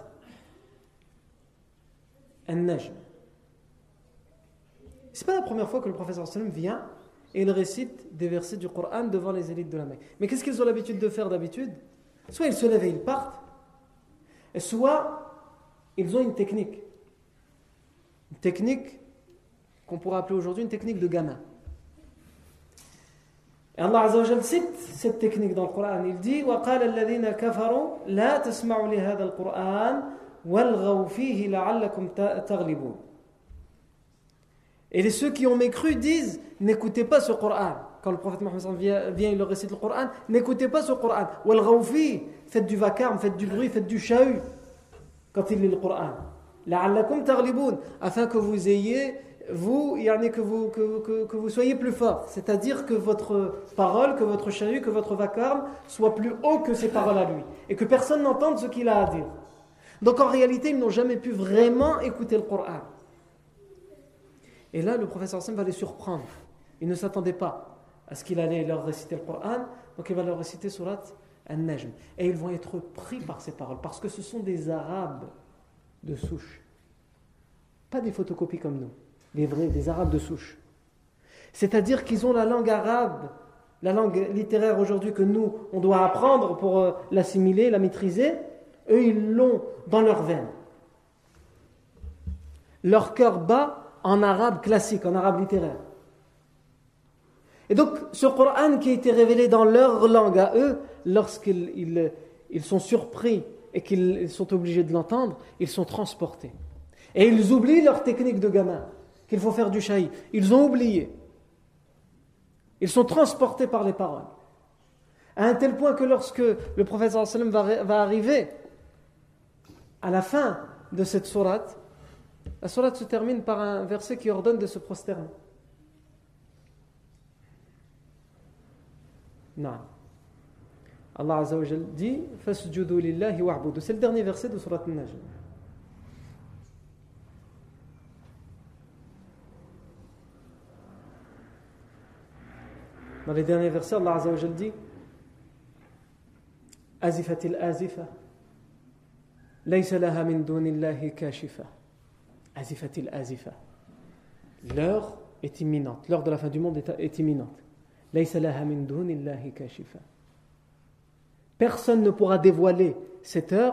An-Najm. Ce n'est pas la première fois que le prophète sallallahu alayhi wa sallam vient et il récite des versets du Coran devant les élites de la Mecque. Mais qu'est-ce qu'ils ont l'habitude de faire d'habitude ? Soit ils se lèvent et ils partent, et soit ils ont une technique qu'on pourrait appeler aujourd'hui une technique de gamin. Et Allah Azza wa Jalla cite cette technique dans le Coran. Il dit وَقَالَ الَّذِينَ كَفَرُوا لَا تَسْمَعُوا لِهَذَا الْقُرْآنِ وَالْغَوْا فِيهِ لَعَلَّكُمْ تَغْلِبُونَ. Et ceux qui ont mécru disent n'écoutez pas ce Coran quand le prophète Mohammed vient, il leur récite le Coran, n'écoutez pas ce Coran. Walghaw fi, faites du vacarme, faites du bruit, faites du chahut quand il lit le Coran. La'allakum taghliboun, afin que vous ayez, que vous soyez plus fort. C'est-à-dire que votre parole, que votre chahut, que votre vacarme soit plus haut que ses paroles à lui. Et que personne n'entende ce qu'il a à dire. Donc en réalité, ils n'ont jamais pu vraiment écouter le Coran. Et là, le professeur Hassan va les surprendre. Ils ne s'attendaient pas à ce qu'il allait leur réciter le Coran. Donc il va leur réciter Surat An-Najm. Et ils vont être pris par ces paroles. Parce que ce sont des Arabes de souche. Pas des photocopies comme nous. Les vrais, des Arabes de souche. C'est-à-dire qu'ils ont la langue arabe, la langue littéraire aujourd'hui que nous, on doit apprendre pour l'assimiler, la maîtriser. Eux, ils l'ont dans leurs veines. Leur cœur bat en arabe classique, en arabe littéraire. Et donc, ce Coran qui a été révélé dans leur langue à eux, lorsqu'ils sont surpris et qu'ils sont obligés de l'entendre, ils sont transportés. Et ils oublient leur technique de gamin, qu'il faut faire du chahit. Ils ont oublié. Ils sont transportés par les paroles. À un tel point que lorsque le prophète sallallahu alayhi wa sallam va arriver à la fin de cette sourate, la sourate se termine par un verset qui ordonne de se prosterner. Non. Allah Azza wa Jal dit Fasjudu lillahi wa'budu. C'est le dernier verset de sourate An-Najm. Dans les derniers versets, Allah Azza wa Jal dit Azifatil azifa laysa laha min dunillahi kashifa. Azifatil azifa. L'heure est imminente. L'heure de la fin du monde est imminente. Laysa laha min dunillahi kashifa. Personne ne pourra dévoiler cette heure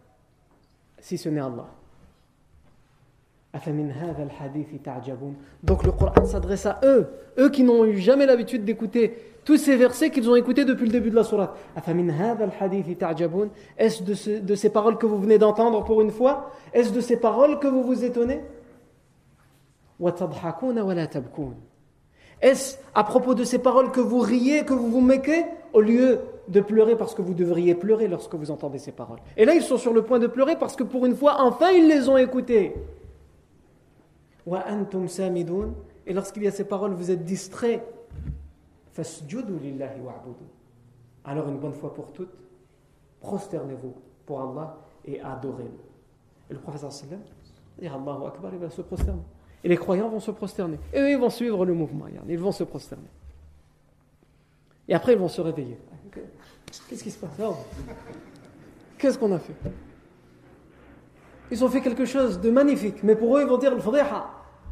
si ce n'est Allah. Afamin hadha al-hadith ta'jabun. Donc le Coran s'adresse à eux qui n'ont eu jamais l'habitude d'écouter tous ces versets qu'ils ont écoutés depuis le début de la sourate. Afamin hadha al-hadith ta'jabun. Est-ce de ces paroles que vous venez d'entendre pour une fois? Est-ce de ces paroles que vous vous étonnez? Wa tadhakuna wa la tabkun. Est-ce à propos de ces paroles que vous riez, que vous vous moquez, au lieu de pleurer parce que vous devriez pleurer lorsque vous entendez ces paroles? Et là, ils sont sur le point de pleurer parce que pour une fois, enfin, ils les ont écoutées. Wa antum samidun. Et lorsqu'il y a ces paroles, vous êtes distraits. Fasjudu lillahi wa'budu. Alors, une bonne fois pour toutes, prosternez-vous pour Allah et adorez-le. Et le prophète sallallahu alayhi wa sallam, Allahu Akbar, il va se prosterner. Et les croyants vont se prosterner. Et eux, ils vont suivre le mouvement. Ils vont se prosterner. Et après, ils vont se réveiller. Qu'est-ce qui se passe? Qu'est-ce qu'on a fait? Ils ont fait quelque chose de magnifique. Mais pour eux, ils vont dire le fadhiha.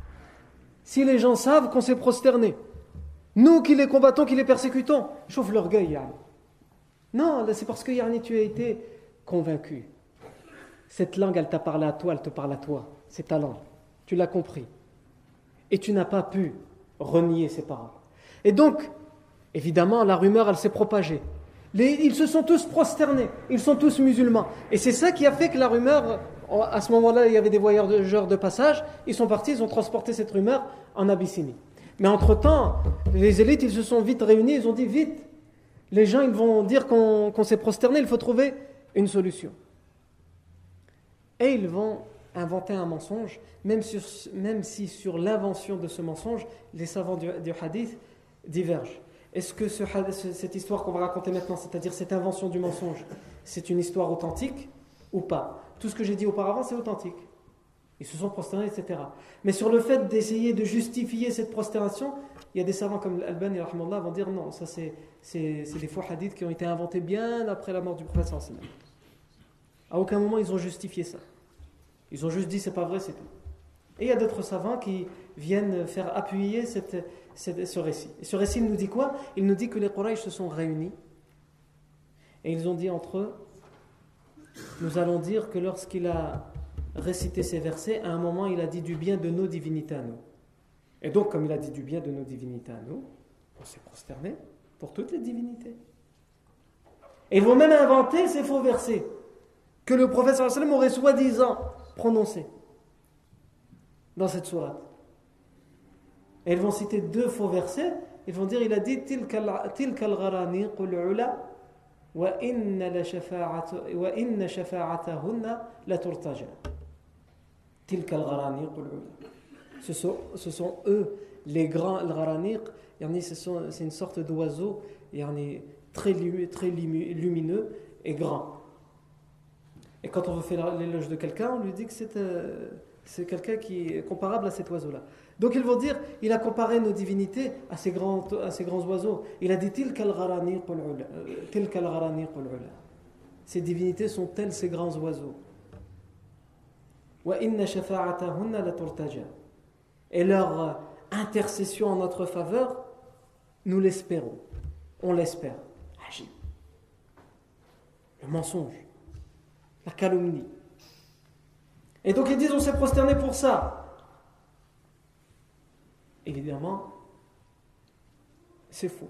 Si les gens savent qu'on s'est prosterné, nous qui les combattons, qui les persécutons, chauffe l'orgueil. Yani. Non, c'est parce que yani, tu as été convaincu. Cette langue, elle t'a parlé à toi, elle te parle à toi. C'est ta langue. Tu l'as compris. Et tu n'as pas pu renier ces paroles. Et donc, évidemment, la rumeur, elle s'est propagée. Ils se sont tous prosternés. Ils sont tous musulmans. Et c'est ça qui a fait que la rumeur, à ce moment-là, il y avait des voyageurs de passage. Ils sont partis, ils ont transporté cette rumeur en Abyssinie. Mais entre-temps, les élites, ils se sont vite réunis. Ils ont dit, vite, les gens, ils vont dire qu'on s'est prosterné. Il faut trouver une solution. Et ils vont inventer un mensonge, même si sur l'invention de ce mensonge, les savants du hadith divergent. Est-ce que cette histoire qu'on va raconter maintenant, c'est-à-dire cette invention du mensonge, c'est une histoire authentique ou pas? Tout ce que j'ai dit auparavant, c'est authentique. Ils se sont prosternés, etc. Mais sur le fait d'essayer de justifier cette prosternation, il y a des savants comme Al-Albani vont dire non, ça c'est des faux hadiths qui ont été inventés bien après la mort du prophète sallallahu alayhi wa sallam. À aucun moment ils ont justifié ça. Ils ont juste dit c'est pas vrai, c'est tout. Et il y a d'autres savants qui viennent faire appuyer ce récit. Et ce récit, il nous dit quoi? Il nous dit que les Quraysh se sont réunis et ils ont dit entre eux, nous allons dire que lorsqu'il a récité ces versets, à un moment il a dit du bien de nos divinités à nous. Et donc comme il a dit du bien de nos divinités à nous, on s'est prosterné pour toutes les divinités. Et ils vont même inventer ces faux versets que le prophète sallallahu alayhi wa sallam aurait soi-disant prononcés dans cette sourate. Et ils vont citer deux faux versets ils vont dire, il a dit tilka al-gharaniqul ula wa inna shafa'atahunna la turtaja. Tilka al-gharaniqul ula. Ce sont eux les grands al-gharaniq, c'est une sorte d'oiseau très lumineux et grand. Et quand on veut faire l'éloge de quelqu'un, on lui dit que c'est quelqu'un qui est comparable à cet oiseau-là. Donc ils vont dire, il a comparé nos divinités à ces grands oiseaux. Il a dit tilka al-gharaniqul ula. Ces divinités sont telles ces grands oiseaux. Wa inna shafa'atahunna la turtaja. Et leur intercession en notre faveur, nous l'espérons. On l'espère. Ajib. Le mensonge, la calomnie. Et donc ils disent, on s'est prosterné pour ça. Évidemment, c'est faux.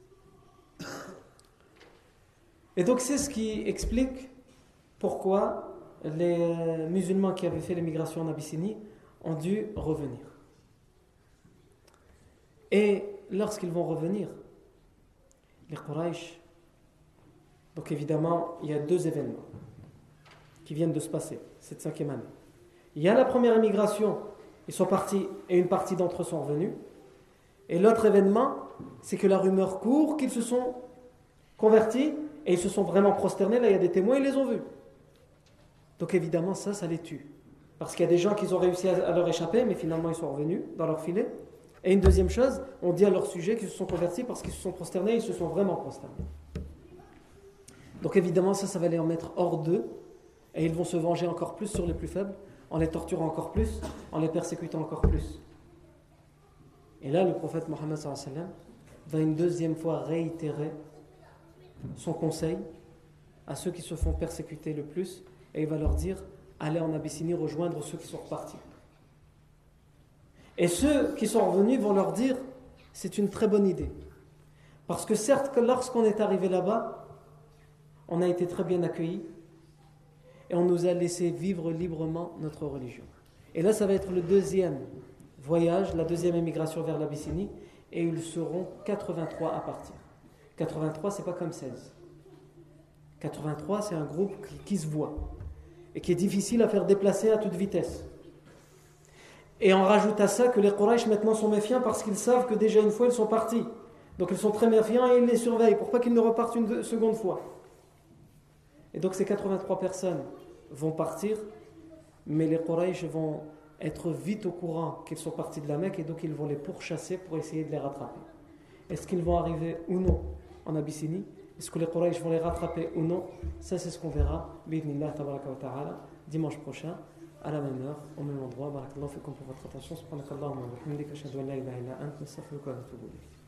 Et donc c'est ce qui explique pourquoi les musulmans qui avaient fait l'émigration en Abyssinie ont dû revenir. Et lorsqu'ils vont revenir, les Quraysh, donc évidemment, il y a 2 événements qui viennent de se passer cette 5e année. Il y a la première émigration, ils sont partis et une partie d'entre eux sont revenus. Et l'autre événement, c'est que la rumeur court qu'ils se sont convertis et ils se sont vraiment prosternés. Là, il y a des témoins, ils les ont vus. Donc évidemment, ça les tue. Parce qu'il y a des gens qui ont réussi à leur échapper, mais finalement ils sont revenus dans leur filet. Et une deuxième chose, on dit à leur sujet qu'ils se sont convertis parce qu'ils se sont prosternés, ils se sont vraiment prosternés. Donc évidemment, ça va les remettre hors d'eux, et ils vont se venger encore plus sur les plus faibles, en les torturant encore plus, en les persécutant encore plus. Et là, le prophète Mohammed sallallahu alayhi wa sallam va une deuxième fois réitérer son conseil à ceux qui se font persécuter le plus, et il va leur dire, allez en Abyssinie rejoindre ceux qui sont repartis. Et ceux qui sont revenus vont leur dire, c'est une très bonne idée. Parce que certes, lorsqu'on est arrivé là-bas, on a été très bien accueillis et on nous a laissé vivre librement notre religion. Et là, ça va être le deuxième voyage, la deuxième émigration vers l'Abyssinie, et ils seront 83 à partir. 83, c'est pas comme 16. 83, c'est un groupe qui se voit et qui est difficile à faire déplacer à toute vitesse. Et on rajoute à ça que les Quraysh maintenant sont méfiants parce qu'ils savent que déjà une fois ils sont partis. Donc ils sont très méfiants et ils les surveillent pour pas qu'ils ne repartent une seconde fois. Et donc ces 83 personnes vont partir, mais les Quraysh vont être vite au courant qu'ils sont partis de la Mecque et donc ils vont les pourchasser pour essayer de les rattraper. Est-ce qu'ils vont arriver ou non en Abyssinie? Est-ce que les Quraysh vont les rattraper ou non? Ça c'est ce qu'on verra dimanche prochain. À la même heure, au même endroit. Barakallahu fikum pour votre attention. Subhanakallahumma wa bihamdika ashhadu an la ilaha illa anta astaghfiruka wa atubu ilayk.